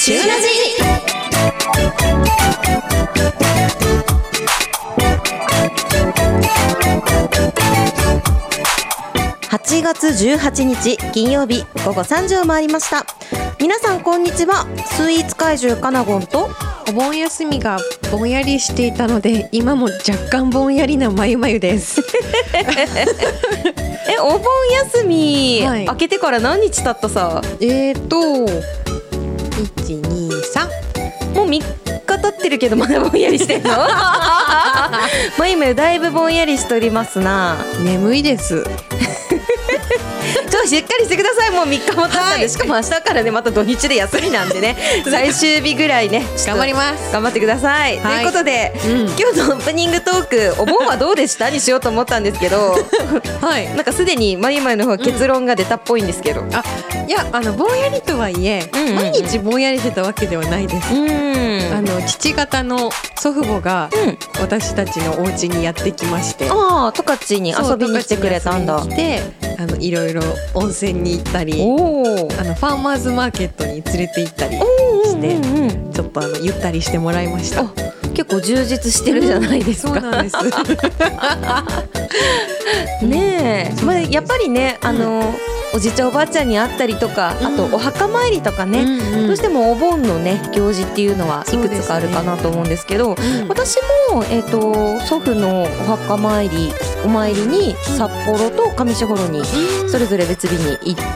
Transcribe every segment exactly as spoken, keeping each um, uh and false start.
シュンラジ。はちがつじゅうはちにち金曜日ごごさんじを回りました。皆さんこんにちは。スイーツ怪獣カナゴンとお盆休みがぼんやりしていたので今も若干ぼんやりなまゆまゆですえ、お盆休み、 はい、 明けてから何日経ったさ。 えーといちにさんもうみっか経ってるけどまだぼんやりしてんのまゆまゆだいぶぼんやりしておりますな。 眠いですちょっとしっかりしてください。もうみっかも経ったんで、はい、しかも明日からねまた土日で休みなんでね最終日ぐらいね頑張ります。 頑張ってください、はい、ということで、うん、今日のオープニングトークお盆はどうでしたにしようと思ったんですけどはいなんかすでにまゆまゆの方結論が出たっぽいんですけど、うん、 あいやあのぼんやりとはいえ、うんうんうん、毎日ぼんやりしてたわけではないです。うんあの父方の祖父母が私たちのお家にやってきまして、うん、 ああ十勝に遊びに来てくれたんだ。 遊びに来てあのいろいろ温泉に行ったりあのファーマーズマーケットに連れて行ったりして、うんうんうん、ちょっとあのゆったりしてもらいました。 結構充実してるじゃないですか、うん、そうなんですねえ、まあ、やっぱりねあの、うんおじいちゃんおばあちゃんに会ったりとか、うん、あとお墓参りとかね、うんうん、どうしてもお盆のね行事っていうのはいくつかあるかなと思うんですけど、ねうん、私も、えーと、祖父のお墓参りお参りに札幌と上士幌にそれぞれ別日に行って、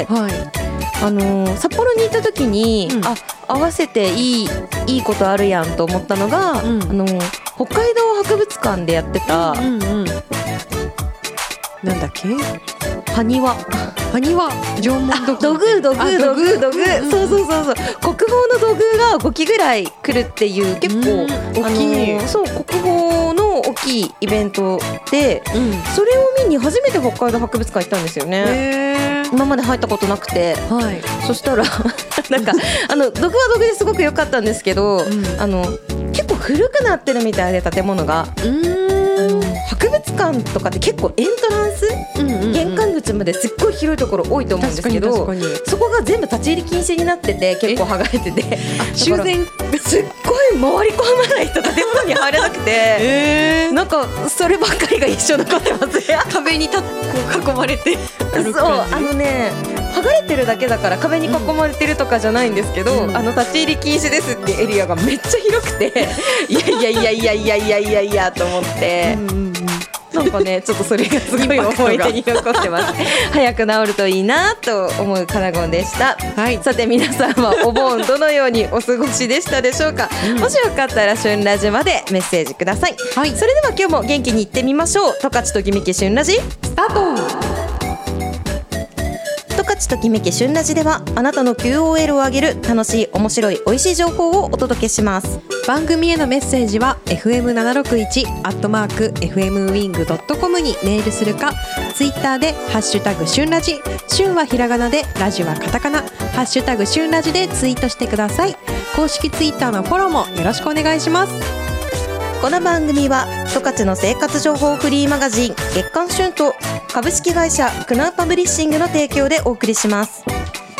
うんはいあのー、札幌に行った時に、うん、あ合わせていい、いいことあるやんと思ったのが、うんあのー、北海道博物館でやってた、うんうん、 なんだっけ埴輪埴輪縄文土偶土偶土偶土偶そうそうそうそう国宝の土偶がごきぐらい来るっていう結構大きいそう国宝の大きいイベントで、うん、それを見に初めて北海道博物館行ったんですよね。今まで入ったことなくて、はい、そしたらなんかあの土偶は土偶ですごく良かったんですけど、うん、あの結構古くなってるみたいで建物がうん博物館とかって結構エントランス、うんうんうん、玄関口まですっごい広いところ多いと思うんですけどそこが全部立ち入り禁止になってて結構剥がれてて修繕すっごい回り込まないと建物に入れなくて、えー、なんかそればっかりが一生残ってますね壁にたこう囲まれてそうあのね剥がれてるだけだから壁に囲まれてるとかじゃないんですけど、うん、あの立ち入り禁止ですってエリアがめっちゃ広くていやいやいやいやいやいやいやいやと思って、うんうんなんかねちょっとそれがすごい思い出に残ってます早く治るといいなと思うカナゴンでした、はい、さて皆さんはお盆どのようにお過ごしでしたでしょうか、うん、もしよかったら旬ラジまでメッセージください、はい、それでは今日も元気にいってみましょう。十勝ときめき旬ラジスタート。十勝ときめき旬ラジではあなたの キューオーエル を上げる楽しい面白い美味しい情報をお届けします。 番組へのメッセージは エフエムななろくいち アットマーク エフエムウィングドットコム にメールするかツイッターでハッシュタグ旬ラジ旬はひらがなでラジはカタカナハッシュタグ旬ラジでツイートしてください。公式ツイッターのフォローもよろしくお願いします。 この番組は十勝の生活情報フリーマガジン月刊旬と株式会社クナウパブリッシングの提供でお送りします。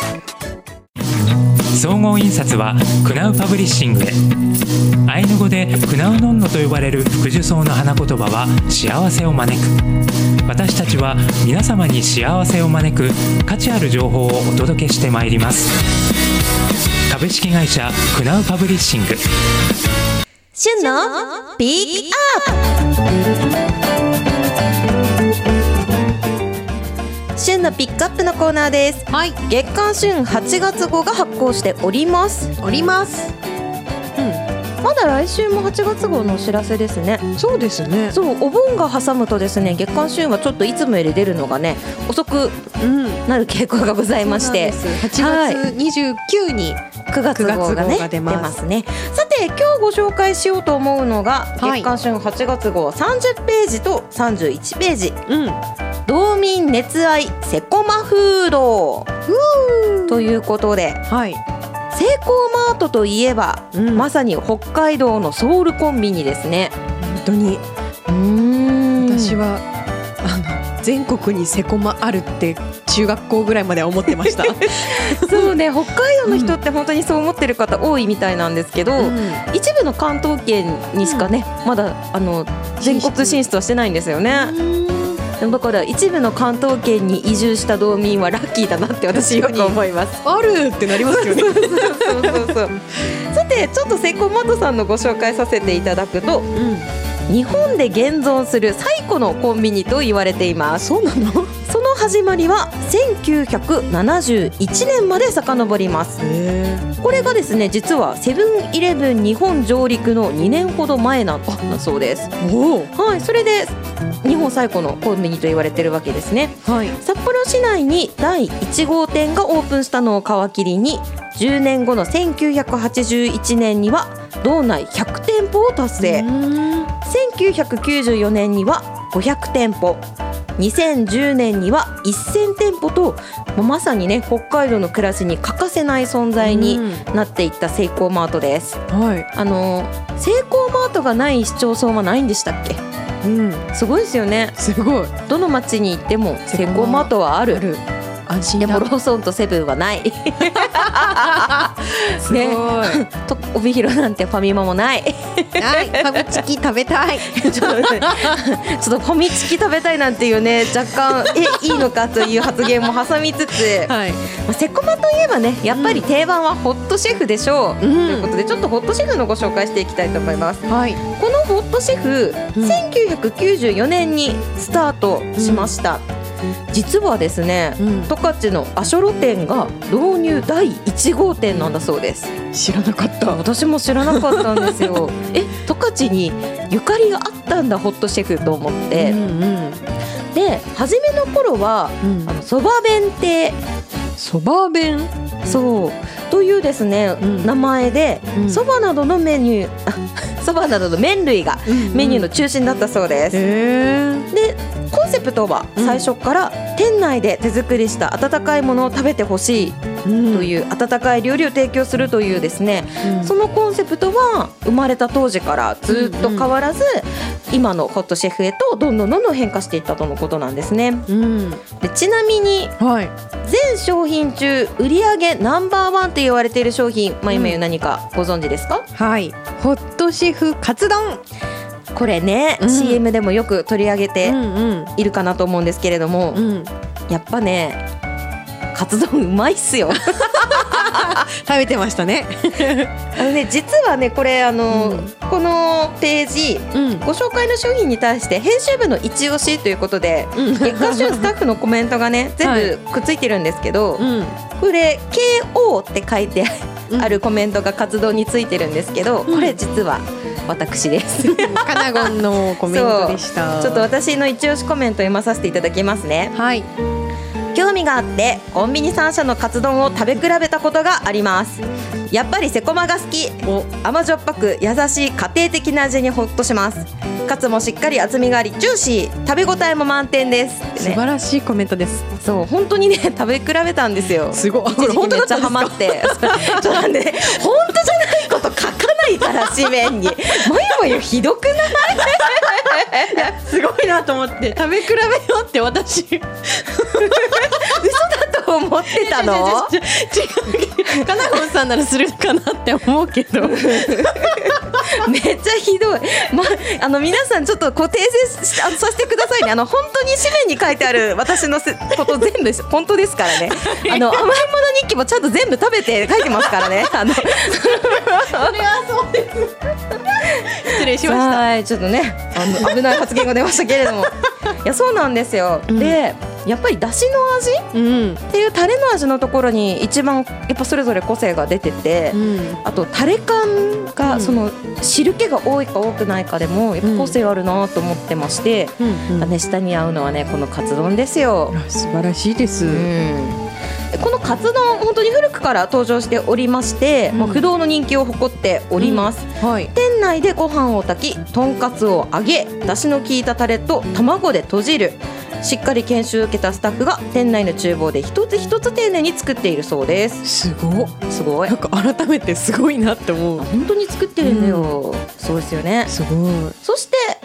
総合印刷はクナウパブリッシングへ。アイヌ語でクナウノンノと呼ばれる福寿草の花言葉は幸せを招く。私たちは皆様に幸せを招く価値ある情報をお届けしてまいります。株式会社クナウパブリッシング。 旬のピックアップ旬のピックアップのコーナーです、はい、月刊旬はちがつ号が発行しておりますおりますうん、まだ来週もはちがつ号のお知らせですね。 そうですね。 そうお盆が挟むとですね月刊旬はちょっといつもより出るのがね遅くなる傾向がございまして、うん、 はちがつにじゅうくにちにくがつ号がねが出ます、 出ますね。さて今日ご紹介しようと思うのが、はい、月刊旬はちがつ号さんじゅっページとさんじゅういちページ、うん、道民熱愛セコマフードということで、はい、セイコーマートといえば、うん、まさに北海道のソウルコンビニですね。 本当にうーん私はあの全国にセコマあるって中学校ぐらいまでは思ってましたそうね、北海道の人って本当にそう思ってる方多いみたいなんですけど、うん、一部の関東圏にしかね、うん、まだあの全国進出はしてないんですよね。だから一部の関東圏に移住した道民はラッキーだなって私よく思います。 あるってなりますよねそうそうそうそうさてちょっとセイコーマートさんのご紹介させていただくと、うん、日本で現存する最古のコンビニと言われています。 そうなの？ その始まりはせんきゅうひゃくななじゅういちねんまで遡ります。 へー。 これがですね、実はセブンイレブン日本上陸のにねんほど前なんだそうです。 おー。 はい、それで日本最古のコンビニと言われているわけですね。 はい、 札幌市内にだいいち号店がオープンしたのを皮切りにじゅうねんごのせんきゅうひゃくはちじゅういちねんには道内ひゃく店舗を達成。せんきゅうひゃくきゅうじゅうよねんにはごひゃく店舗、にせんじゅうねんにはせん店舗と、まさにね北海道の暮らしに欠かせない存在になっていったセイコーマートです。 はい、 あのセイコーマートがない市町村はないんでしたっけ？ うん、 すごいですよね。 すごい。 どの町に行ってもセイコーマートはある。 ある。安心だ。 でもローソンとセブンはないすごい、ね、 と帯広なんてファミマもないない。ファミチキ食べたいちょっと、ね、ちょっとファミチキ食べたいなんていうね、若干えいいのかという発言も挟みつつ、はい、まあ、セコマといえばね、やっぱり定番はホットシェフでしょう、うん、ということでちょっとホットシェフのご紹介していきたいと思います。 はい、 このホットシェフ、うん、せんきゅうひゃくきゅうじゅうよねんにスタートしました。うん、実はですね、うん、十勝のアショロ店が導入だいいち号店なんだそうです。 知らなかった。 私も知らなかったんですよえ、十勝にゆかりがあったんだホットシェフと思って、うんうん、で初めの頃は、うん、あのそば弁亭、 そば弁、 そうというですね、うん、名前でそば、うん、などのメニューそばなどの麺類がメニューの中心だったそうです。うんうん、へー。でコンセプトは最初から店内で手作りした温かいものを食べてほしいという温かい料理を提供するというですね、うん、そのコンセプトは生まれた当時からずっと変わらず、うんうん、今のホットシェフへとどんどんどんどん変化していったとのことなんですね。うん、でちなみに、はい、全商品中売上ナンバーワンと言われている商品、まあ、今言う何かご存知ですか？ うん、はい、ホットシェフカツ丼。 これね、うん、シーエム でもよく取り上げているかなと思うんですけれども、うんうん、やっぱねカツ丼うまいっすよ食べてましたねあのね、実はねこれあの、うん、このページ、うん、ご紹介の商品に対して編集部の一押しということで、うん、月刊旬スタッフのコメントがね全部くっついてるんですけど、はい、うん、これ ケーオー って書いてあるコメントがカツ丼についてるんですけど、これ実は私ですカナゴンのコメントでした。 ちょっと私の一押しコメント読まさせていただきますね。 はい。 興味があってコンビニさん社のカツ丼を食べ比べたことがあります。やっぱりセコマが好き。甘じょっぱく優しい家庭的な味にホッとします。カツもしっかり厚みがありジューシー、食べ応えも満点です、ね、 素晴らしいコメントです。 そう本当にね食べ比べたんですよ。 すごい。 一時期めっちゃハマってちょっとなんで、ね、本当じゃないこと書かないから紙面にもゆもゆひどくないすごいなと思って食べ比べようって私嘘だと思ってたの？ 違う、カナゴンさんならするかなって思うけどめっちゃひどい、ま、あの皆さんちょっとこう訂正させてくださいね。あの本当に紙面に書いてある私のこと全部本当ですからねあの甘いもの日記もちゃんと全部食べて書いてますからねあのそれはそうです失礼しました。 はい、ちょっとねあの危ない発言が出ましたけれどもいやそうなんですよ、うん、でやっぱりだしの味、うん、っていうタレの味のところに一番やっぱそれぞれ個性が出てて、うん、あとタレ感が、うん、その汁気が多いか多くないかでもやっぱ個性あるなと思ってまして、うんうん、ね、下に合うのはねこのカツ丼ですよ。 素晴らしいです、うん、 このカツ丼本当に古くから登場しておりまして、うん、もう不動の人気を誇っております、うん、はい、店内でご飯を炊きとんかつを揚げだしの効いたタレと卵でとじる、しっかり研修を受けたスタッフが店内の厨房で一つ一つ丁寧に作っているそうです。 すごいすごい、 なんか改めてすごいなって思う。 本当に作ってるんだよ、うん、そうですよね。 すごい。 そして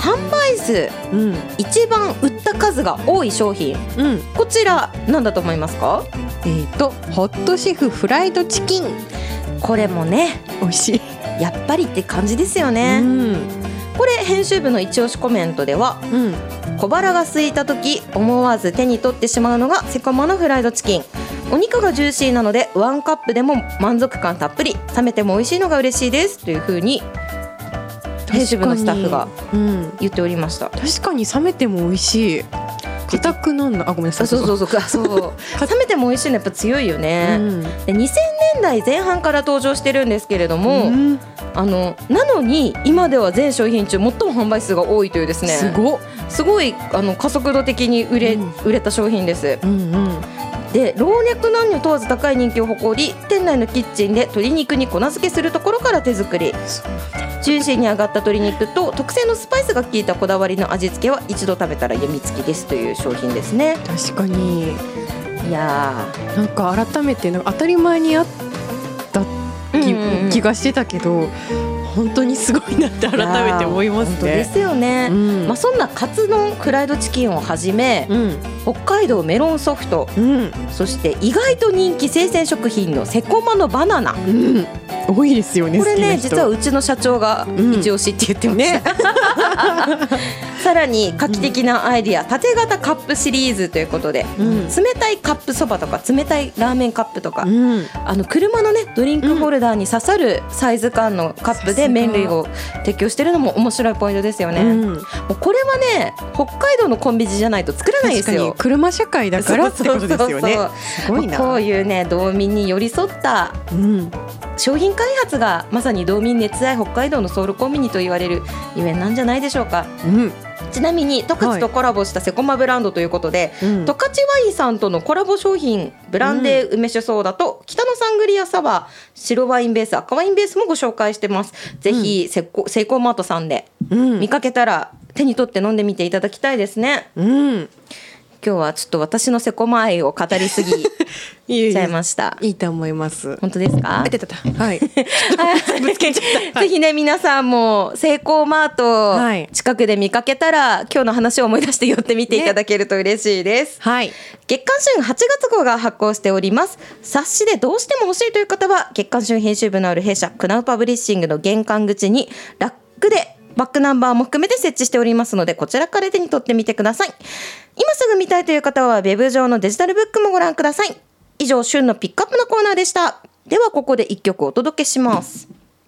販売数うん一番売った数が多い商品、 うんこちら何だと思いますか？ えーとホットシェフフライドチキン、 これもね美味しい。 やっぱりって感じですよね、 うんこれ編集部の一押しコメントでは、 うん小腹が空いた時思わず手に取ってしまうのがセコマのフライドチキン。お肉がジューシーなのでワンカップでも満足感たっぷり、冷めても美味しいのが嬉しいですという風に編集部のスタッフがうん言っておりました。 確かに冷めても美味しい。硬くなんのあごめんなさい。 そうそうそうそうそう冷めても美味しいのやっぱ強いよね、 うんでにせんねんだいぜん半から登場してるんですけれども、 うんあのなのに今では全商品中最も販売数が多いというですね、 すごっ。 すごいあの加速度的に売れ、 うん売れた商品です。 うんうんで老若男女問わず高い人気を誇り、店内のキッチンで鶏肉に粉漬けするところから手作り、ジューシーに揚がった鶏肉と特製のスパイスが効いたこだわりの味付けは一度食べたらやみつきですという商品ですね。 確かにいやなんか改めてなんか当たり前にあった気,、 うんうんうん気がしてたけど本当にすごいなって改めて思いますね。 本当ですよね、 うんまあ、そんなカツ丼フライドチキンをはじめ、 うん北海道メロンソフト、 うんそして意外と人気生鮮食品のセコマのバナナ、 うん多いですよね。 これね好きな人実はうちの社長がうん一押しって言ってました、さらに画期的なアイディア、縦型カップシリーズということで、 うん冷たいカップそばとか冷たいラーメンカップとか、 うんあの車のねドリンクホルダーに刺さるサイズ感のカップで麺類を提供してるのも面白いポイントですよね、 うんもうこれはね北海道のコンビニじゃないと作れないですよ。 確かに車社会だからってことですよね。 そうそうそうすごいな。 こういうね道民に寄り添ったうん商品開発がまさに道民熱愛北海道のソウルコンビニと言われるゆえんなんじゃないでしょうか。 うんちなみに十勝とコラボしたセコマブランドということで、 うん十勝ワインさんとのコラボ商品ブランデー梅酒ソーダと北のサングリアサワー白ワインベース赤ワインベースもご紹介してます。ぜひセコ、セイコーマートさんでうん見かけたら手に取って飲んでみていただきたいですね。 うん今日はちょっと私のセコマ愛を語りすぎちゃいました。 いいと思います。 本当ですか？ あ出たたはい。ぶつけちゃった。 ぜひね皆さんもセイコーマーはいト近くで見かけたら今日の話を思い出して寄ってみていただけると嬉しいです、 はい。 月刊旬はちがつ号が発行しております。冊子でどうしても欲しいという方は月刊旬編集部のある弊社クナウパブリッシングの玄関口にラックでバックナンバーも含めて設置しておりますのでこちらから手に取ってみてください。今すぐ見たいという方はウェブ上のデジタルブックもご覧ください。以上旬のピックアップのコーナーでした。ではここでいっきょくお届けします。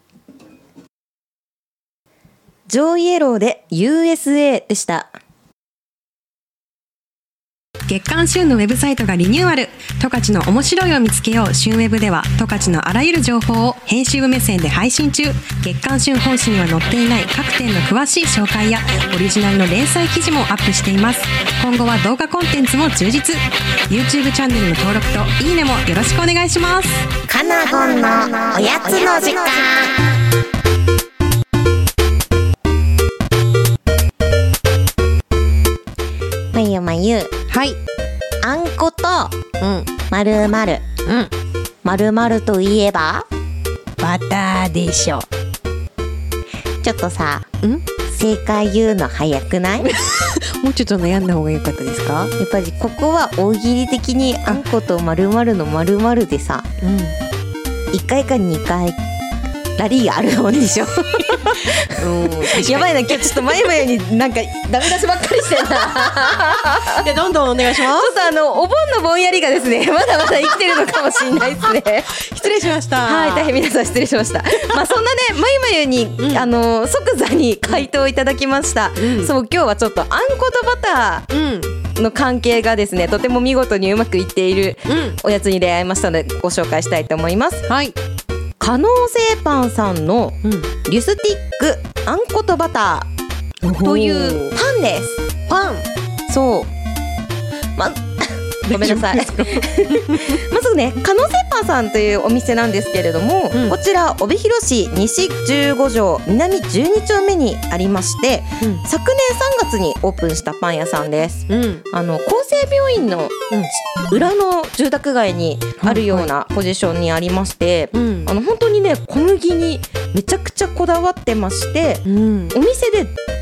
ジョイエローで ユーエスエー でした。 月刊旬のウェブサイトがリニューアル。十勝の面白いを見つけよう旬ウェブでは十勝のあらゆる情報を編集部目線で配信中。月刊旬本誌には載っていない各店の詳しい紹介やオリジナルの連載記事もアップしています。今後は動画コンテンツも充実。 YouTube チャンネルの登録といいねもよろしくお願いします。 カナゴンのおやつの時間。まゆまゆ、 はい。 あんことうんまるまるうんまるまるといえばバターでしょ。 ちょっとさん正解言うの早くない？やもうちょっと悩んだ方が良かったですか？ っぱりここは大喜利的にあんことまるまるのまるまるでさうんいっかいかにかいラリーあるもんでしょ。 やばいな今日ちょっとまゆまゆになんかダメ出しばっかりしてんなでどんどんお願いしまちょっとあのお盆のぼんやりがですねまだまだ生きてるのかもしれないですねす。失礼しました。 はい大変皆さん失礼しましたまあそんなねまゆまゆに、 うんあの即座に回答いただきました、 うんそう今日はちょっとあんことバタうんーの関係がですねとても見事にうまくいっているうんおやつに出会いましたのでご紹介したいと思います。 はい。 可能性パンさんのうんリュスティックあんことバターというパンです。 パン。 そうまごめんなさいまずね可能性パンさんというお店なんですけれども、 うんこちら帯広市西じゅうご条南じゅうに丁目にありましてうん昨年さんがつにオープンしたパン屋さんです。 うんあの厚生病院の裏の住宅街にあるようなポジションにありまして、 うんあの本当にね小麦にめちゃくちゃこだわってまして、 うんお店で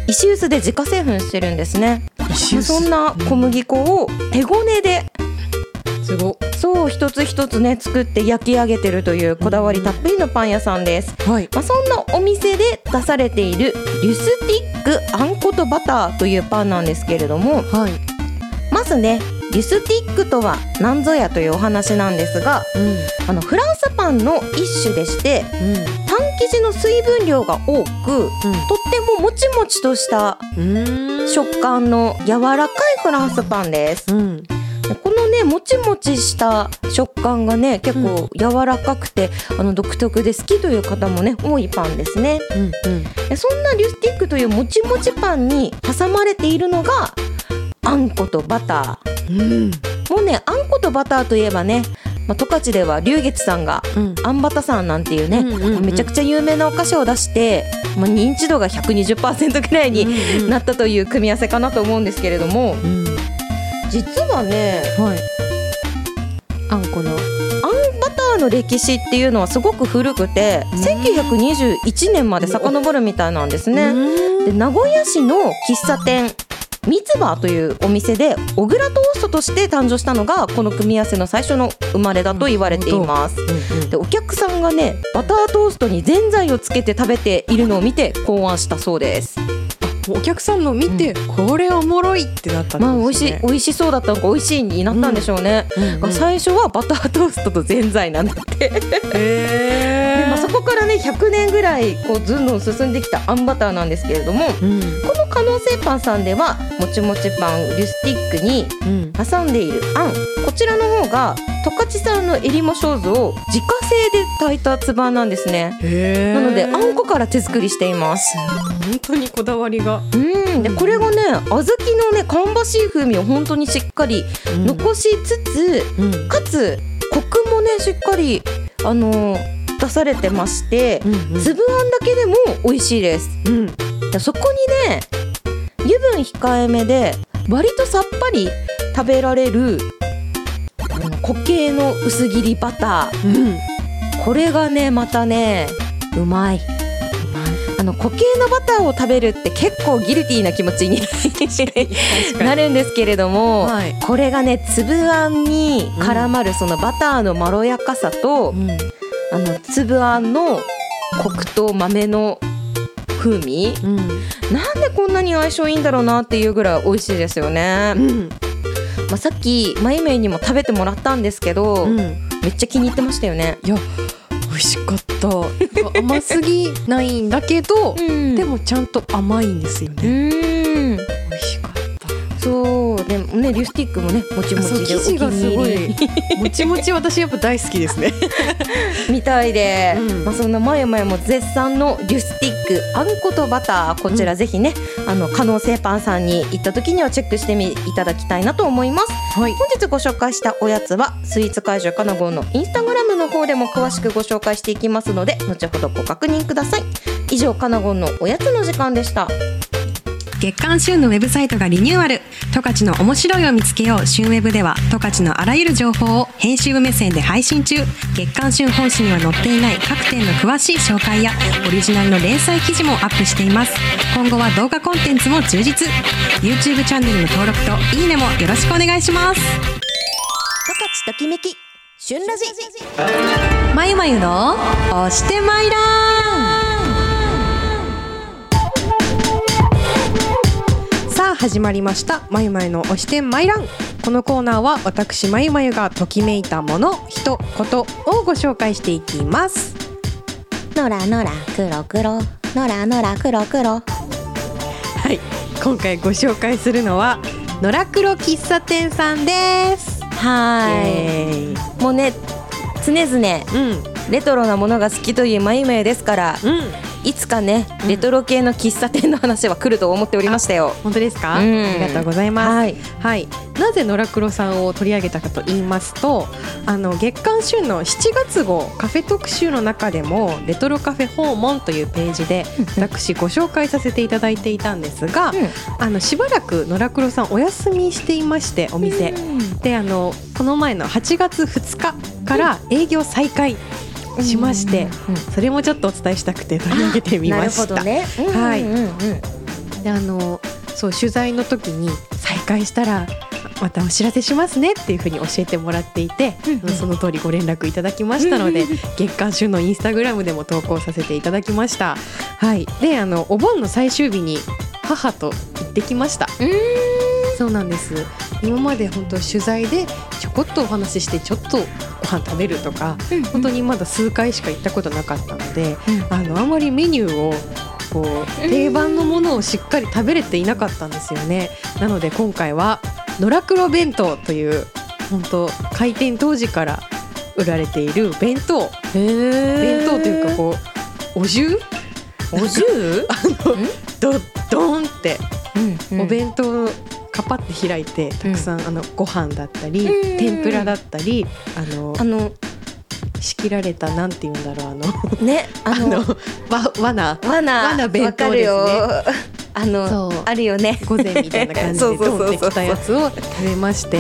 石臼で自家製粉してるんですね。 石臼そんな小麦粉を手ごねですごそう一つ一つね作って焼き上げてるというこだわりたっぷりのパン屋さんです。 はい。 まあ、そんなお店で出されているリュスティックあんことバターというパンなんですけれども、 はい。 まずねリュスティックとは何ぞやというお話なんですが、 うんあのフランスパンの一種でしてパン生地の水分量が多く、とってももちもちとしたうん食感の柔らかいフランスパンです。 うんこのねもちもちした食感がね結構柔らかくて、あの独特で好きという方もね多いパンですね。 うんうんでそんなリュスティックというもちもちパンに挟まれているのがあんことバター。 うんもうねあんことバターといえばね、まあ、十勝では龍月さんがうんあんバタさんなんていうね、 うんうんうんめちゃくちゃ有名なお菓子を出して、まあ、認知度が ひゃくにじゅっパーセント くらいにうんうんなったという組み合わせかなと思うんですけれども、 うん実はねはい。あんこのあんバターの歴史っていうのはすごく古くてうんせんきゅうひゃくにじゅういちねんまで遡るみたいなんですね。で名古屋市の喫茶店三つ葉というお店で小倉トーストとして誕生したのがこの組み合わせの最初の生まれだと言われています。でお客さんがねバタートーストにぜんざいをつけて食べているのを見て考案したそうです。 お客さんの見て、これおもろいってなったんですね。 まあ美味しい美味しそうだったのか美味しいになったんでしょうね。 うんうん最初はバタートーストとぜんざいなんだって。 へでまあ、そこからねひゃくねんぐらいこうずんどん進んできたあんバターなんですけれども、 うんこの可能性パンさんではもちもちパンリュスティックにうん挟んでいるあん、こちらの方が十勝産のえりも生豆を自家製で炊いたつばなんですね。 へーなのであんこから手作りしています。 本当にこだわりがうんでこれがね小豆のね芳しい風味を本当にしっかり残しつつ、 うんかつコクもねしっかりあのー出されてまして、 うんうん粒あんだけでも美味しいです。 うんでそこにね油分控えめで割とさっぱり食べられるあの固形の薄切りバター、 うんこれがねまたねうまい。あの固形のバターを食べるって結構ギルティーな気持ちになるんですけれども、 はいこれがね粒あんに絡まるそのバターのまろやかさと、 うんあの粒あんのコクと豆の風味、 うんなんでこんなに相性いいんだろうなっていうぐらい美味しいですよね。 うんまあ、さっきまゆめいにも食べてもらったんですけど、 うんめっちゃ気に入ってましたよね。 いや美味しかった甘すぎないんだけど、 うんでもちゃんと甘いんですようね。 ん美味しかったそうでもねリュスティックもねもちもそうちでお気生地がすにごい入りもちもち私やっぱ大好きですね。 みたいで、 うんまあ、そんなまゆまゆも絶賛のリュスティックあんことバターこちらぜひね、あの可能性パンさんに行った時にはチェックしてみいただきたいなと思います。 はい本日ご紹介したおやつはスイーツ会場かなごんのインスタグラムの方でも詳しくご紹介していきますので後ほどご確認ください。以上かなごんのおやつの時間でした。 月刊旬のウェブサイトがリニューアル。十勝の面白いを見つけよう旬ウェブでは十勝のあらゆる情報を編集部目線で配信中。月刊旬本誌には載っていない各店の詳しい紹介やオリジナルの連載記事もアップしています。今後は動画コンテンツも充実。 YouTube チャンネルの登録といいねもよろしくお願いします。 十勝ときめき旬ラジまゆまゆの押してまいらん。さあ始まりましたまゆまゆの押してまいらん。このコーナーは私まゆまゆがときめいたもの人ことをご紹介していきます。 のらのら黒黒のらのら黒黒。 はい、今回ご紹介するのはのらくろ喫茶店さんです。 はイエーイ。 いもうね常々 うんレトロなものが好きというまゆまゆですから、 うんいつかねうんレトロ系の喫茶店の話は来ると思っておりましたよ。 本当ですか、 うんありがとうございます。 はいはい、なぜのらくろさんを取り上げたかと言いますと、あの月刊旬のしちがつ号カフェ特集の中でもレトロカフェ訪問というページで私ご紹介させていただいていたんですが、あのしばらくのらくろさんお休みしていまして、お店であのこの前のはちがつふつかから営業再開しまして、 うんうんうんそれもちょっとお伝えしたくて取り上げてみました。 なるほどね。 はいうんうんうんであのそう取材の時に再開したらまたお知らせしますねっていうふうに教えてもらっていて、うんうん、その通りご連絡いただきましたので、うんうん、月刊旬のインスタグラムでも投稿させていただきました。はい、であのお盆の最終日に母と行ってきました。うーん、そうなんです。今まで本当取材でちょこっとお話ししてちょっとご飯食べるとか、うんうん、本当にまだ数回しか行ったことなかったので、うん、あのあまりメニューをこう定番のものをしっかり食べれていなかったんですよね。なので今回はのらくろ弁当という本当開店当時から売られている弁当、弁当というかこうお重お重あのドッドンって、うんうん、お弁当カパって開いてたくさん、うん、あのご飯だったり天ぷらだったりあのあの仕切られたなんて言うんだろうあのねあのわ罠罠罠弁当ですね。 あのあるよね午前みたいな感じでドンってきたやつを食べまして、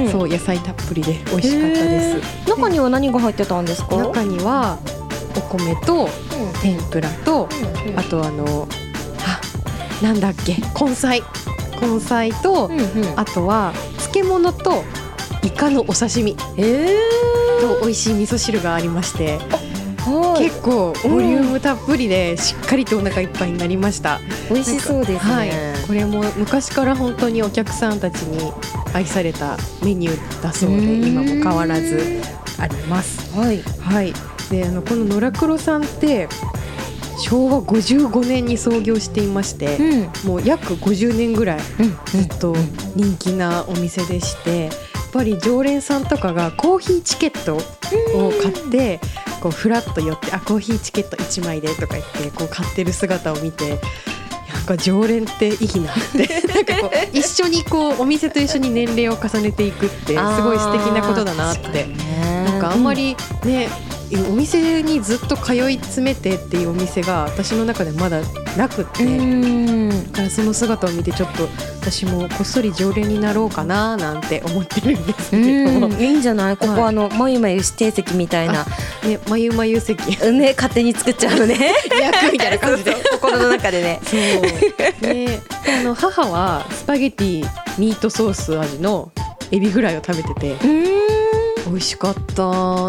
そう野菜たっぷりで美味しかったです。 中には何が入ってたんですか？ 中にはお米と天ぷらと、うんうん、あとあのあなんだっけ根菜根菜と、うんうん、あとは漬物とイカのお刺身と美味しい味噌汁がありまして、結構ボリュームたっぷりでしっかりとお腹いっぱいになりました。 美味しそうですね、 はい、これも昔から本当にお客さんたちに愛されたメニューだそうで今も変わらずあります。 はい、はい、 であのこののらくろさんってしょうわごじゅうごねんに創業していまして、うん、もう約ごじゅうねんぐらいずっと人気なお店でして、やっぱり常連さんとかがコーヒーチケットを買ってこうフラッと寄ってあコーヒーチケットいちまいでとか言ってこう買ってる姿を見て、なんか常連っていいなってなんかこう一緒にこうお店と一緒に年齢を重ねていくってすごい素敵なことだなって、なんかあんまりね、お店にずっと通い詰めてっていうお店が私の中でまだなくって、だからその姿を見てちょっと私もこっそり常連になろうかななんて思ってるんですけれども、 いいんじゃない？ここ、はい、あのまゆまゆ指定席みたいな、 ね、まゆまゆ席ね、勝手に作っちゃうね役みたいな感じでそうそう心の中でねそうね、あの母はスパゲティミートソース味のエビフライを食べてて、美味しかった。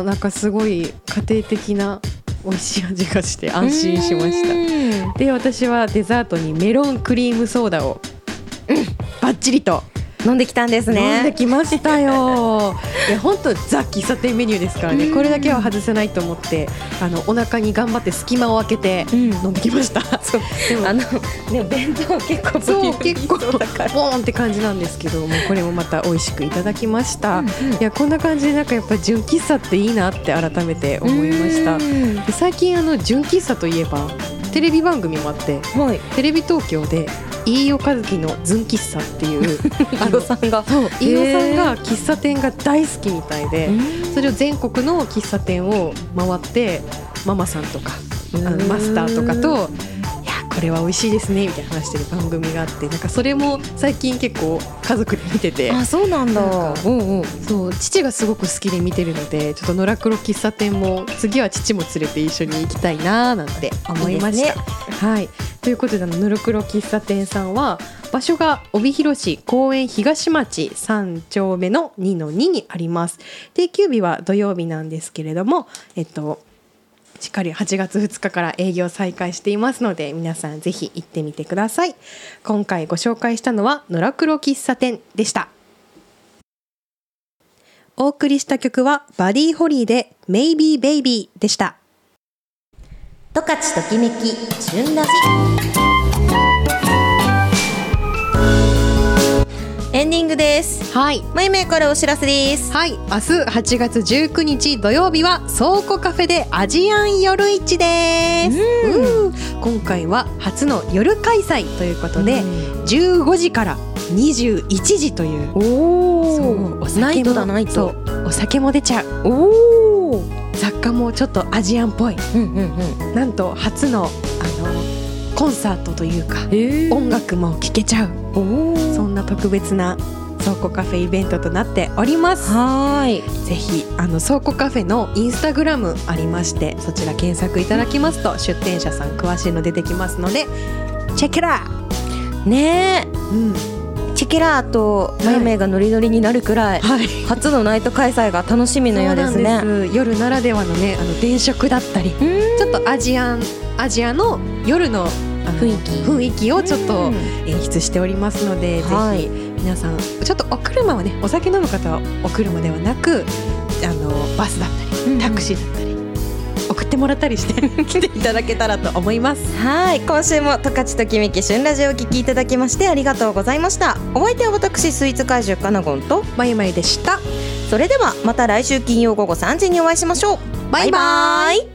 なんかすごい家庭的な美味しい味がして安心しました。で私はデザートにメロンクリームソーダを、うん、バッチリと飲んできたんですね。 飲んできましたよいや本当ザ喫茶店メニューですからね、これだけは外せないと思ってあのお腹に頑張って隙間を空けて飲んできました、うん、 そうでもあの、ね、弁当結構そう結構ボーンって感じなんですけども、これもまた美味しくいただきました、うんうん、いやこんな感じでなんかやっぱ純喫茶っていいなって改めて思いました。で最近あの純喫茶といえばテレビ番組もあって、はい、テレビ東京で飯尾和樹のズン喫茶っていう飯尾さんがそう飯尾さんが喫茶店が大好きみたいで、それを全国の喫茶店を回ってママさんとかあのマスターとかといやこれは美味しいですねみたいな話してる番組があって、なんかそれも最近結構家族で見てて、 あそうなんだ、 なんかうんうん、そう父がすごく好きで見てるので、ちょっとのらくろ喫茶店も次は父も連れて一緒に行きたいななんて思いました。いいですね、はい、ということでのろくろ喫茶店さんは場所が帯広市公園東町さん丁目の にのに にあります。定休日は土曜日なんですけれども、えっとしっかりはちがつふつかから営業再開していますので、皆さんぜひ行ってみてください。今回ご紹介したのはのらくろ喫茶店でした。お送りした曲はバディホリーで Maybe Baby でした。 十勝ときめき旬ラジ。 エンディングです。 はい。 まゆめいからお知らせです。 はい。明日はちがつじゅうくにち土曜日は倉庫カフェでアジアン夜市です。うん。今回は初の夜開催ということで、じゅうごじからにじゅういちじという。 おお。 ナイトだナイト。 そう。お酒も出ちゃう。 おお。 雑貨もちょっとアジアンっぽい。うんうんうん。なんと初のあのコンサートというか音楽も聴けちゃう。そんな特別な倉庫カフェイベントとなっております。 はい。 ぜひあの倉庫カフェのインスタグラムありまして、そちら検索いただきますと出店者さん詳しいの出てきますのでチェックラー。 ねえ、 うん、 チェケラーとマイメイがノリノリになるくらい、 はい、 初のナイト開催が楽しみのようですね。 そうなんです。夜ならではのね、あの電飾だったり、ちょっとアジアンアジアの夜のあの雰囲気雰囲気をちょっと演出しておりますので、 はい、 ぜひ皆さんちょっとお車はね、お酒飲む方はお車ではなく、あのバスだったりタクシーだったり、送ってもらったりして来ていただけたらと思います。 はい、今週も十勝ときめき旬ラジオをお聞きいただきましてありがとうございました。お相手は私スイーツ怪獣かなごんとまゆまゆでした。 それではまた来週金曜午後さんじにお会いしましょう。バイバイ。